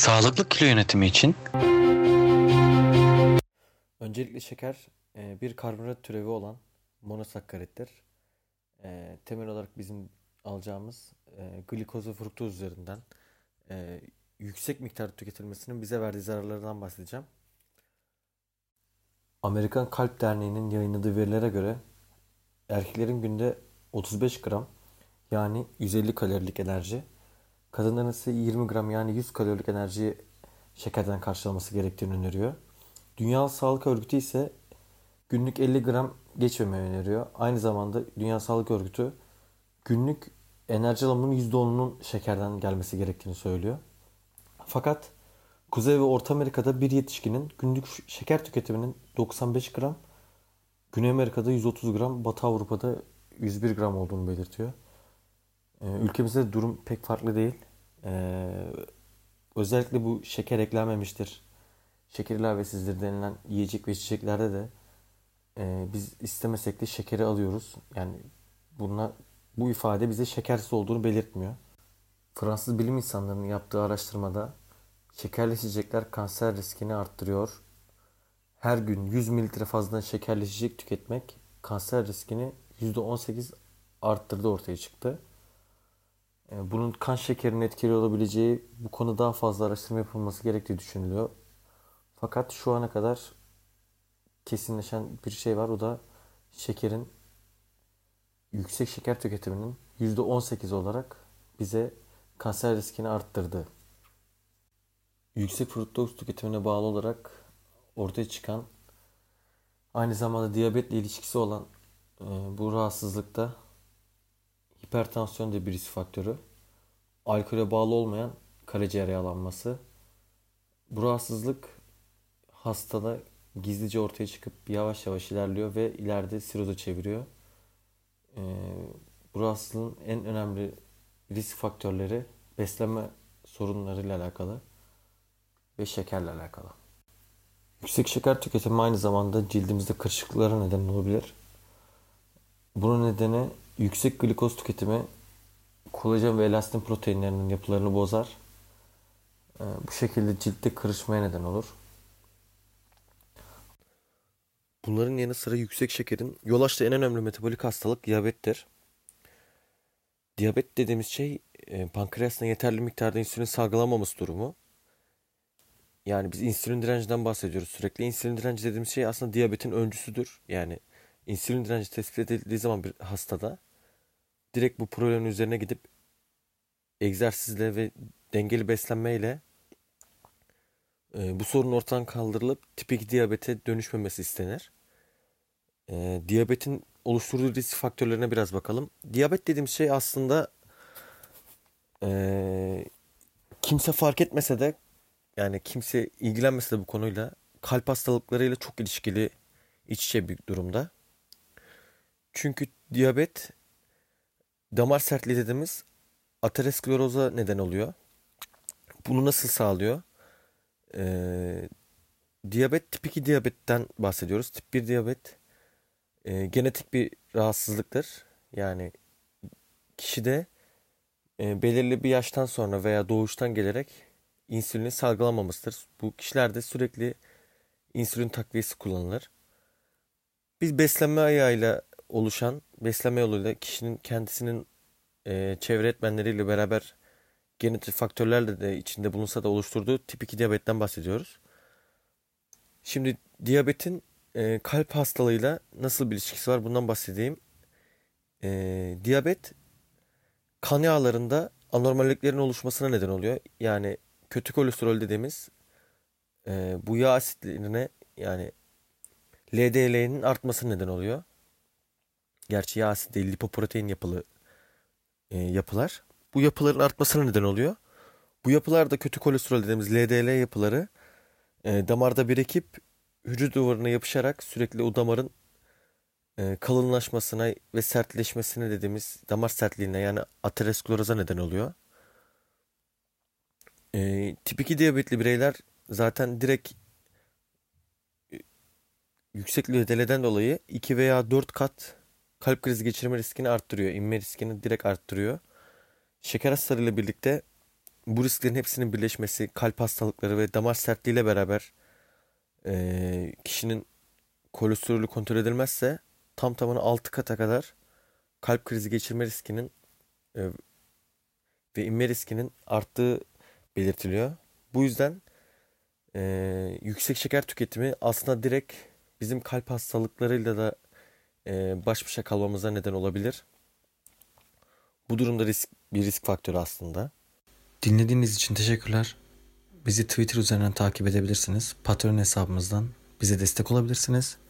Sağlıklı kilo yönetimi için Öncelikle şeker bir karbonhidrat türevi olan monosakkarittir. Temel olarak bizim alacağımız glikoz ve fruktoz üzerinden yüksek miktarda tüketilmesinin bize verdiği zararlarından bahsedeceğim. Amerikan Kalp Derneği'nin yayınladığı verilere göre erkeklerin günde 35 gram yani 150 kalorilik enerji, kadınların ise 20 gram yani 100 kalorilik enerjiyi şekerden karşılaması gerektiğini öneriyor. Dünya Sağlık Örgütü ise günlük 50 gram geçmemeyi öneriyor. Aynı zamanda Dünya Sağlık Örgütü günlük enerji alımının %10'unun şekerden gelmesi gerektiğini söylüyor. Fakat Kuzey ve Orta Amerika'da bir yetişkinin günlük şeker tüketiminin 95 gram, Güney Amerika'da 130 gram, Batı Avrupa'da 101 gram olduğunu belirtiyor. Ülkemizde durum pek farklı değil. Özellikle bu şeker eklenmemiştir, şeker ilavesizdir denilen yiyecek ve içeceklerde de biz istemesek de şekeri alıyoruz. Yani bu ifade bize şekersiz olduğunu belirtmiyor. Fransız bilim insanlarının yaptığı araştırmada şekerli içecekler kanser riskini arttırıyor. Her gün 100 mililitre fazladan şekerli içecek tüketmek kanser riskini %18 arttırdığı ortaya çıktı. Bunun kan şekerinin etkili olabileceği, bu konuda daha fazla araştırma yapılması gerektiği düşünülüyor. Fakat şu ana kadar kesinleşen bir şey var. O da şekerin, yüksek şeker tüketiminin %18 olarak bize kanser riskini arttırdı. Yüksek fruktoz tüketimine bağlı olarak ortaya çıkan, aynı zamanda diyabetle ilişkisi olan bu rahatsızlıkta hipertansiyon da bir risk faktörü. Alkole bağlı olmayan karaciğer yağlanması. Bu rahatsızlık hastada gizlice ortaya çıkıp yavaş yavaş ilerliyor ve ileride siroza çeviriyor. Ee, Bu rahatsızlığın en önemli risk faktörleri beslenme sorunlarıyla alakalı ve şekerle alakalı. Yüksek şeker tüketimi aynı zamanda cildimizde kırışıklıklara neden olabilir. Bunun nedeni yüksek glikoz tüketimi kolajen ve elastin proteinlerinin yapılarını bozar. Bu şekilde ciltte kırışmaya neden olur. Bunların yanı sıra yüksek şekerin yol açtığı en önemli metabolik hastalık diyabettir. Diyabet dediğimiz şey pankreasın yeterli miktarda insülin salgılamaması durumu. Yani biz insülin direncinden bahsediyoruz sürekli. İnsülin direnci dediğimiz şey aslında diyabetin öncüsüdür. Yani insülin direnci tespit edildiği zaman bir hastada direkt bu problemin üzerine gidip egzersizle ve dengeli beslenmeyle bu sorun ortadan kaldırılıp tip 2 diyabete dönüşmemesi istenir. Diyabetin oluşturduğu risk faktörlerine biraz bakalım. Diyabet dediğimiz şey aslında e, kimse fark etmese de, yani kimse ilgilenmese de bu konuyla kalp hastalıklarıyla çok ilişkili, iç içe bir durumda. Çünkü diyabet damar sertliği dediğimiz ateroskleroza neden oluyor. Bunu nasıl sağlıyor? Ee, Diyabet tip 2 diyabetten bahsediyoruz. Tip 1 diyabet genetik bir rahatsızlıktır. Yani kişide belirli bir yaştan sonra veya doğuştan gelerek insülini salgılamamasıdır. Bu kişilerde sürekli insülin takviyesi kullanılır. Biz beslenme ayağıyla oluşan, beslenme yoluyla kişinin kendisinin çevre etmenleriyle beraber genetik faktörlerle de içinde bulunsa da oluşturduğu tip 2 diyabetten bahsediyoruz. Şimdi diyabetin kalp hastalığıyla nasıl bir ilişkisi var bundan bahsedeyim. Diyabet kan yağlarında anormalliklerin oluşmasına neden oluyor. Yani kötü kolesterol dediğimiz bu yağ asitlerine, yani LDL'nin artmasına neden oluyor. Gerçi yağ asit değil, lipoprotein yapılı yapılar. Bu yapıların artmasına neden oluyor. Bu yapılar da kötü kolesterol dediğimiz LDL yapıları damarda birikip hücre duvarına yapışarak sürekli o damarın kalınlaşmasına ve sertleşmesine dediğimiz damar sertliğine, yani ateroskleroza neden oluyor. Tip 2 diyabetli bireyler zaten direkt yüksek LDL'den dolayı 2 veya 4 kat kalp krizi geçirme riskini arttırıyor. İnme riskini direkt arttırıyor. Şeker hastalarıyla birlikte bu risklerin hepsinin birleşmesi, kalp hastalıkları ve damar sertliğiyle beraber kişinin kolesterolü kontrol edilmezse tam tamına 6 kata kadar kalp krizi geçirme riskinin e, ve inme riskinin arttığı belirtiliyor. Bu yüzden yüksek şeker tüketimi aslında direkt bizim kalp hastalıklarıyla da baş başa kalmamıza neden olabilir. Bu durumda bir risk faktörü aslında. Dinlediğiniz için teşekkürler. Bizi Twitter üzerinden takip edebilirsiniz. Patreon hesabımızdan bize destek olabilirsiniz.